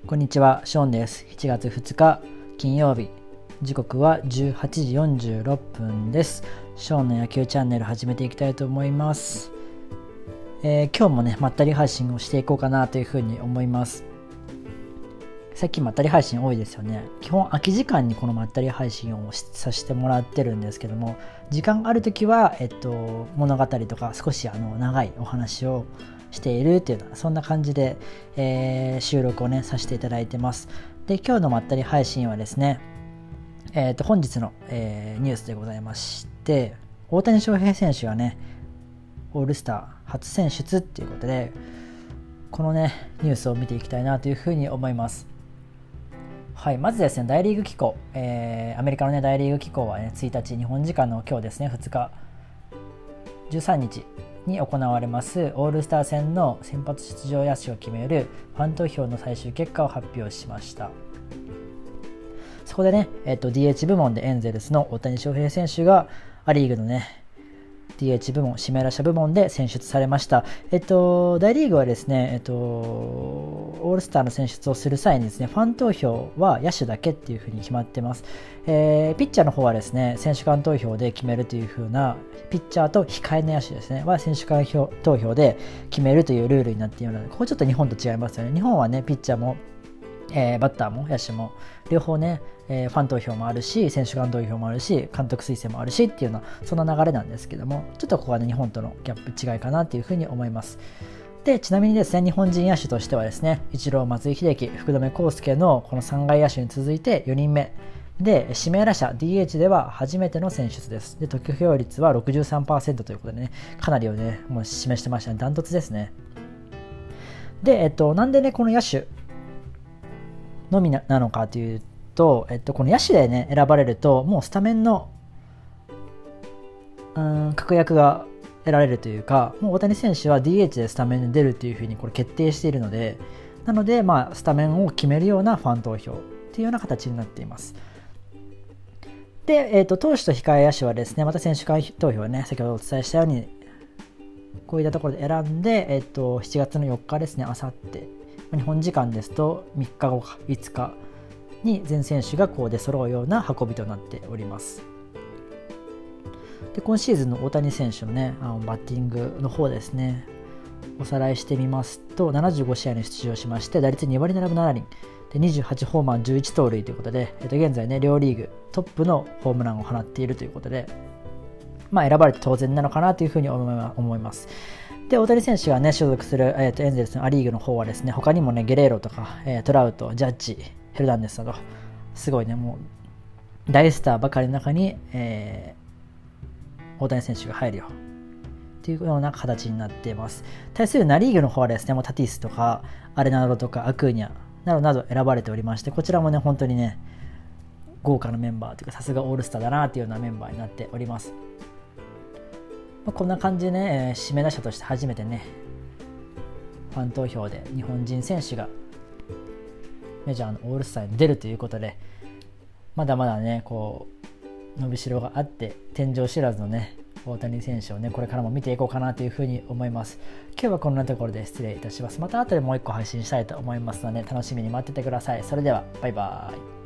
こんにちは、ショーンです。7月2日金曜日、時刻は18時46分です。ショーンの野球チャンネル始めていきたいと思います。今日もね、まったり配信をしていこうかなというふうに思います。最近まったり配信多いですよね。基本空き時間にこのまったり配信をさせてもらってるんですけども、時間あるときは、物語とか少し長いお話をしているっていうようなそんな感じで、収録をねさせていただいてます。で、今日のまったり配信はですね、本日の、ニュースでございまして、大谷翔平選手がねオールスター初選出っていうことで、このねニュースを見ていきたいなというふうに思います。はい、まずですね、大リーグ機構、アメリカのね大リーグ機構はね1日、日本時間の今日ですね、2日13日に行われますオールスター戦の先発出場野手を決めるファン投票の最終結果を発表しました。そこでね、DH 部門でエンゼルスの大谷翔平選手がアリーグのね DH 部門、指名打者部門で選出されました。大リーグはですね、オールスターの選出をする際にですね、ファン投票は野手だけっていうふうに決まってます。ピッチャーの方はですね、選手間投票で決めるというふうな、ピッチャーと控えの野手ですねは選手間投票で決めるというルールになっているので、ここちょっと日本と違いますよね。日本はね、ピッチャーもバッターも野手も両方ね、ファン投票もあるし、選手間投票もあるし、監督推薦もあるしっていうようなそんな流れなんですけども、ちょっとここはね日本とのギャップ違いかなというふうに思います。で、ちなみにですね、日本人野手としてはですね、イチロー、松井秀喜、福留孝介のこの3外野手に続いて4人目で、指名打者 DH では初めての選出です。で、得票率は 63% ということでね、かなりをねもう示してましたね。ダントツですね。で、なんでねこの野手のみなのかというと、この野手でね選ばれるともうスタメンの確約が得られるというか、もう大谷選手は DH でスタメンで出るというふうにこれ決定しているので、なのでまあスタメンを決めるようなファン投票というような形になっています。で、投手と控え野手はですね、また選手間投票はね、先ほどお伝えしたようにこういったところで選んで、7月の4日ですね、あさって日本時間ですと3日後か5日に全選手がこう出揃うような運びとなっております。で、今シーズンの大谷選手のねバッティングの方ですね、おさらいしてみますと、75試合に出場しまして、打率2割7分7厘で28ホーマー11盗塁ということで、現在ね両リーグトップのホームランを放っているということで、まあ選ばれて当然なのかなというふうに思います。で、大谷選手がね所属する、エンゼルスのアリーグの方はですね、他にもねゲレーロとか、トラウト、ジャッジ、ヘルナンデスなどすごいねもう大スターばかりの中に、大谷選手が入るよというような形になっています。対するナリーグの方はですね、もうタティスとかアレナドとかアクーニャなどなど選ばれておりまして、こちらもね本当にね豪華なメンバーというか、さすがオールスターだなというようなメンバーになっております。こんな感じでね、指名打者として初めてねファン投票で日本人選手がメジャーのオールスターに出るということで、まだまだねこう伸びしろがあって天井知らずのね大谷選手をねこれからも見ていこうかなというふうに思います。今日はこんなところで失礼いたします。また後でもう一個配信したいと思いますので、楽しみに待っててください。それではバイバイ。